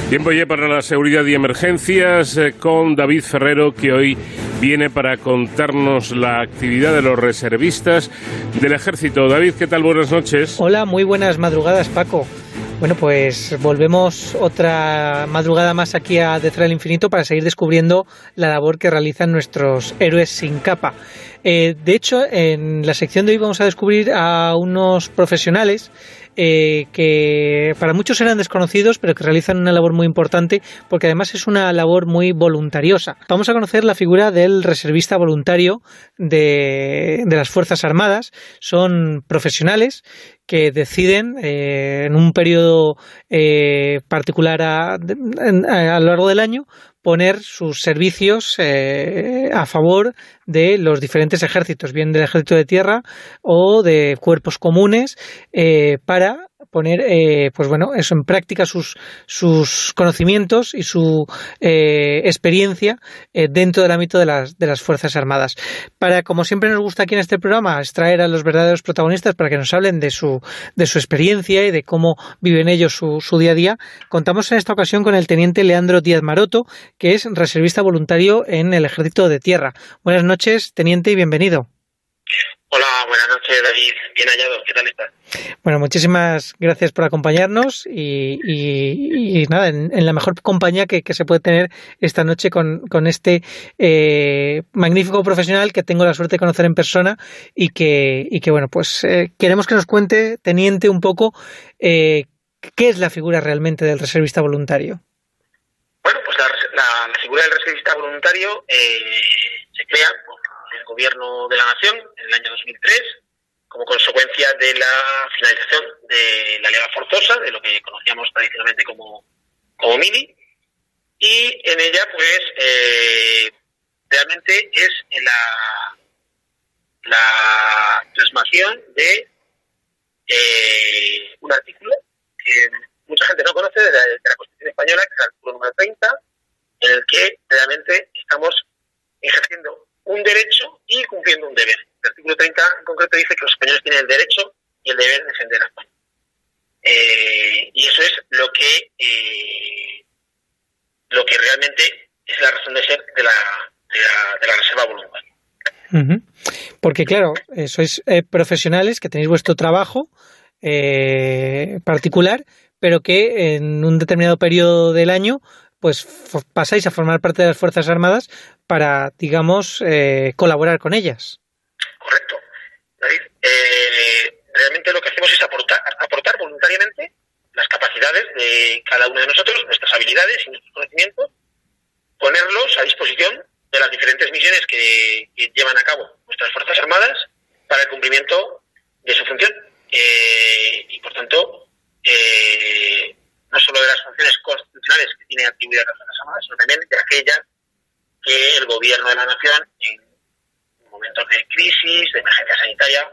Tiempo ya para la seguridad y emergencias con David Ferrero, que hoy viene para contarnos la actividad de los reservistas del Ejército. David, ¿qué tal? Buenas noches. Hola, muy buenas madrugadas, Paco. Bueno, pues volvemos otra madrugada más aquí a Detrás del Infinito para seguir descubriendo la labor que realizan nuestros héroes sin capa. De hecho, en la sección de hoy vamos a descubrir a unos profesionales que para muchos eran desconocidos, pero que realizan una labor muy importante, porque además es una labor muy voluntariosa. Vamos a conocer la figura del reservista voluntario de las Fuerzas Armadas. Son profesionales que deciden en un periodo particular a lo largo del año poner sus servicios a favor de los diferentes ejércitos, bien del ejército de tierra o de cuerpos comunes, para poner pues bueno, eso en práctica, sus conocimientos y su experiencia dentro del ámbito de las Fuerzas Armadas. Para, como siempre nos gusta aquí en este programa, extraer a los verdaderos protagonistas para que nos hablen de su experiencia y de cómo viven ellos su día a día, contamos en esta ocasión con el teniente Leandro Díaz Maroto, que es reservista voluntario en el Ejército de Tierra. Buenas noches, teniente, y bienvenido. Hola, buenas noches, David. Bien hallado. ¿Qué tal estás? Bueno, muchísimas gracias por acompañarnos y nada, en la mejor compañía que se puede tener esta noche con este magnífico profesional que tengo la suerte de conocer en persona y que bueno, pues queremos que nos cuente, teniente, un poco qué es la figura realmente del reservista voluntario. Bueno, pues la figura del reservista voluntario se crea por el Gobierno de la Nación en el año 2003 como consecuencia de la finalización de la leva forzosa, de lo que conocíamos tradicionalmente como mili, y en ella pues realmente es la plasmación de un artículo que mucha gente no conoce de la Constitución Española, que es el artículo número 30, en el que realmente estamos ejerciendo un derecho y cumpliendo un deber. El artículo 30 en concreto dice que los españoles tienen el derecho y el deber de defender a España. Y eso es lo que realmente es la razón de ser de la reserva voluntaria. Uh-huh. Porque claro, sois profesionales que tenéis vuestro trabajo particular, pero que en un determinado periodo del año pues pasáis a formar parte de las Fuerzas Armadas para, digamos, colaborar con ellas. Correcto, David. Realmente lo que hacemos es aportar voluntariamente las capacidades de cada uno de nosotros, nuestras habilidades y nuestros conocimientos, ponerlos a disposición de las diferentes misiones que llevan a cabo nuestras Fuerzas Armadas para el cumplimiento de su función. Y por tanto, no solo de las funciones constitucionales que tiene atribuidas las Fuerzas Armadas, sino también de aquellas que el Gobierno de la Nación, en momentos de crisis, de emergencia sanitaria,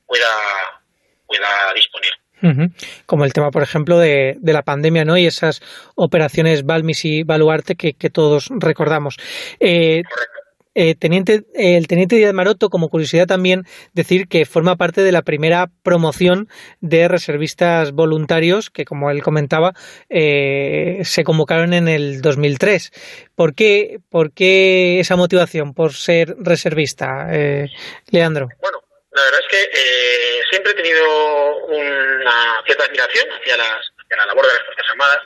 pueda disponer. Uh-huh. Como el tema, por ejemplo, de la pandemia, ¿no? Y esas operaciones Balmis y Baluarte que todos recordamos. Correcto. El teniente Díaz Maroto, como curiosidad también, decir que forma parte de la primera promoción de reservistas voluntarios que, como él comentaba, se convocaron en el 2003. ¿Por qué esa motivación por ser reservista, Leandro? Bueno, la verdad es que siempre he tenido una cierta admiración hacia la labor de las Fuerzas Armadas.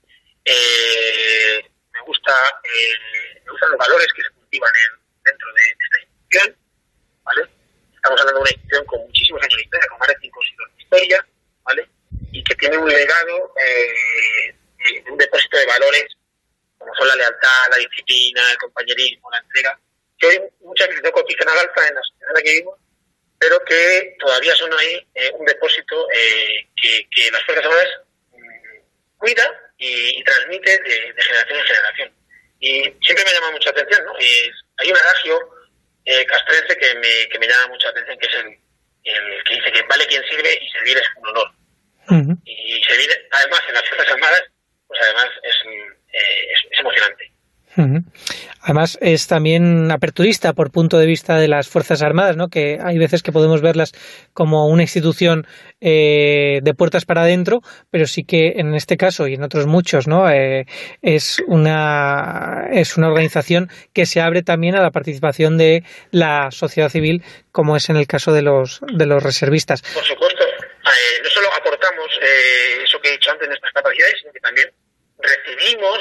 Me gustan los valores que se cultivan dentro de esta institución, ¿vale? Estamos hablando de una institución con muchísimos años de historia, con más de 5 siglos de historia, ¿vale? Y que tiene un legado, un depósito de valores, como son la lealtad, la disciplina, el compañerismo, la entrega, que hoy muchas veces no cotizan al alza en la sociedad en la que vivimos, pero que todavía son ahí un depósito que las Fuerzas Armadas cuida y transmite de generación en generación. Y siempre me llama mucha atención, ¿no? Hay un adagio castrense que me llama mucha atención, que es el que dice que vale quien sirve y servir es un honor. Uh-huh. Y servir, además, en las Fuerzas Armadas, pues además es emocionante. Uh-huh. Además, es también aperturista por punto de vista de las Fuerzas Armadas, ¿no? Que hay veces que podemos verlas como una institución de puertas para adentro, pero sí que en este caso y en otros muchos, ¿no? Es una organización que se abre también a la participación de la sociedad civil, como es en el caso de los reservistas. Por supuesto, no solo aportamos eso que he dicho antes, nuestras capacidades, sino que también recibimos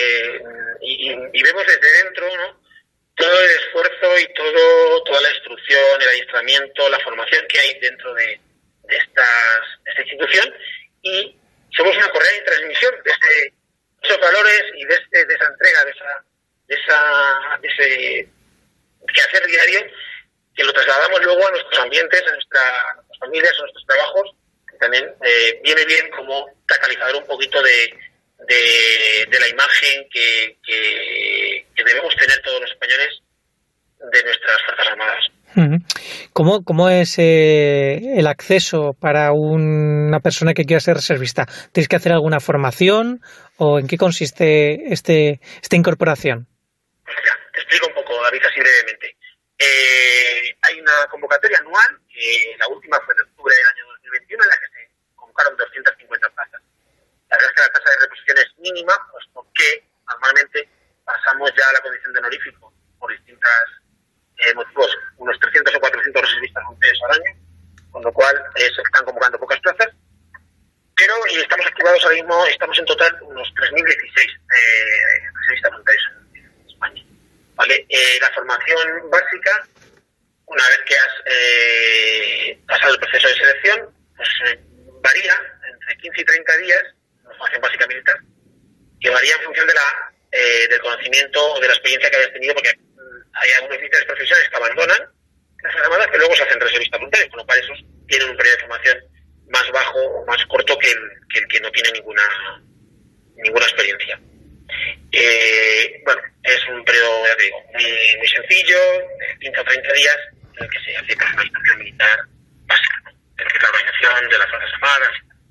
y vemos desde dentro, ¿no?, todo el esfuerzo y toda la instrucción, el adiestramiento, la formación que hay dentro de esta institución, y somos una correa de transmisión de esos valores y de esa entrega, de ese quehacer diario, que lo trasladamos luego a nuestros ambientes, a nuestras familias, a nuestros trabajos, que también viene bien como catalizador un poquito de la imagen que debemos tener todos los españoles de nuestras Fuerzas Armadas. ¿Cómo es el acceso para una persona que quiera ser reservista? ¿Tienes que hacer alguna formación o en qué consiste esta incorporación? Ya, te explico un poco, David, así brevemente. Hay una convocatoria anual, la última fue en octubre del año 2021, en la que se convocaron 250 plazas. La verdad es que la tasa de reposición es mínima, puesto que normalmente pasamos ya a la condición de honorífico por distintos motivos, unos 300 o 400 reservistas voluntarios al año, con lo cual se están convocando pocas plazas, pero y estamos activados ahora mismo, estamos en total unos 3.016 reservistas voluntarios en España. ¿Vale? La formación básica, una vez que has pasado el proceso de selección, pues varía entre 15 y 30 días, la formación básica militar, que varía en función del conocimiento o de la experiencia que hayas tenido, porque hay algunos militares profesionales que abandonan las armadas, que luego se hacen reservistas voluntarios, con lo cual esos tienen un periodo de formación más bajo o más corto que el que no tiene ninguna experiencia. Bueno, es un periodo, ya te digo, muy sencillo, de 15 o 30 días, en el que se hace una instrucción militar básica, ¿no?, de la organización de las Fuerzas Armadas.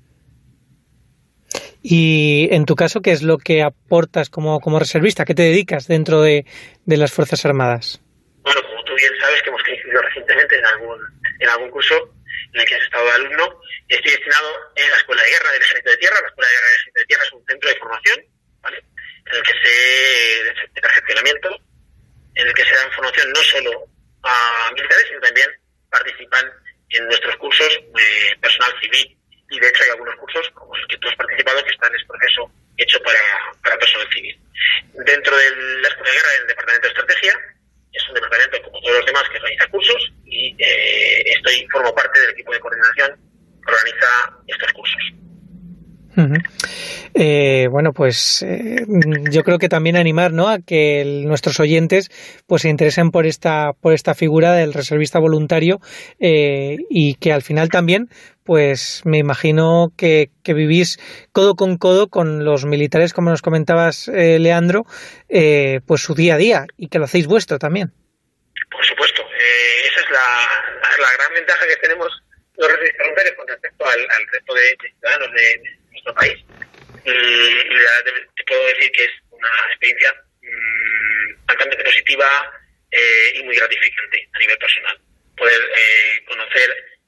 Y en tu caso, ¿qué es lo que aportas como reservista? ¿Qué te dedicas dentro de las Fuerzas Armadas? Bueno, como tú bien sabes, que hemos coincidido recientemente en algún curso en el que has estado de alumno, estoy destinado en la Escuela de Guerra del Ejército de Tierra. La Escuela de Guerra del Ejército de Tierra es un centro de formación, ¿vale?, en el que de perfeccionamiento, en el que se dan formación no solo a militares, sino también participan en nuestros cursos personal civil, y de hecho hay algunos cursos, como los que tú has participado, que están en ese proceso hecho para personal civil. Dentro de la Escuela de Guerra, el Departamento de Estrategia es un departamento como todos los demás que organiza cursos, y formo parte del equipo de coordinación que organiza estos cursos. Bueno, pues yo creo que también animar, ¿no?, a que nuestros oyentes pues se interesen por esta figura del reservista voluntario, y que al final también, pues me imagino que vivís codo con los militares, como nos comentabas, Leandro, pues su día a día, y que lo hacéis vuestro también. Por supuesto, esa es la gran ventaja que tenemos los reservistas voluntarios con respecto al resto de ciudadanos de nuestro país. Te puedo decir que es una experiencia altamente positiva y muy gratificante a nivel personal. Poder conocer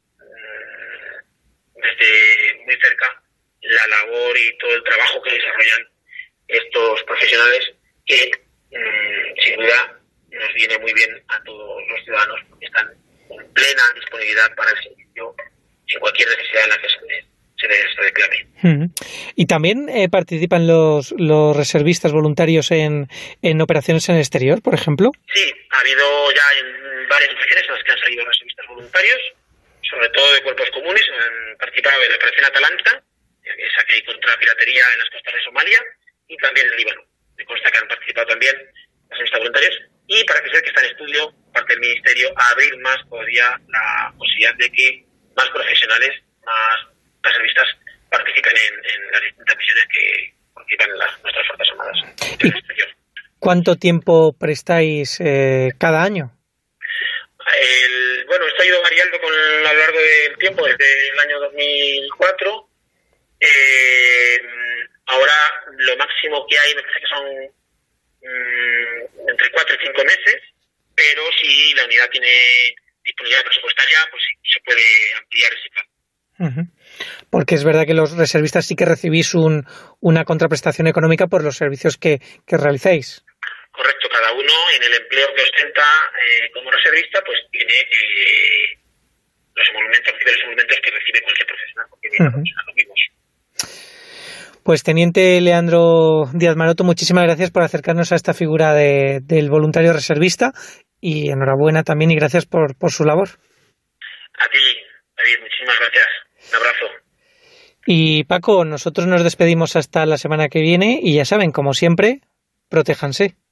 desde muy cerca la labor y todo el trabajo que desarrollan estos profesionales, que sin duda nos viene muy bien a todos los ciudadanos, porque están en plena disponibilidad para el servicio en cualquier necesidad en la que se les reclame. ¿Y también participan los reservistas voluntarios en operaciones en el exterior, por ejemplo? Sí, ha habido ya en varias ocasiones en las que han salido reservistas voluntarios, sobre todo de cuerpos comunes. Han participado en la Operación Atalanta, esa que hay contra piratería en las costas de Somalia, y también en Líbano. Me consta que han participado también reservistas voluntarios, y parece ser que está en estudio, parte del Ministerio, a abrir más todavía la posibilidad de que más profesionales, más reservistas participen en las distintas misiones que participan en nuestras Fuerzas Armadas en el exterior. ¿Cuánto tiempo prestáis cada año? Bueno, esto ha ido variando a lo largo del tiempo, desde el año 2004. Ahora lo máximo que hay, me parece que son entre 4 y 5 meses, pero si la unidad tiene disponibilidad presupuestaria, pues se puede ampliar ese plazo. Porque es verdad que los reservistas sí que recibís una contraprestación económica por los servicios que realizáis. Correcto, cada uno en el empleo que ostenta como reservista, pues tiene los emolumentos que recibe cualquier profesional, porque profesional lo mismo. Pues Teniente Leandro Díaz Maroto, muchísimas gracias por acercarnos a esta figura del voluntario reservista y enhorabuena también y gracias por su labor. A ti, David, muchísimas gracias. Un abrazo. Y Paco, nosotros nos despedimos hasta la semana que viene y ya saben, como siempre, protéjanse.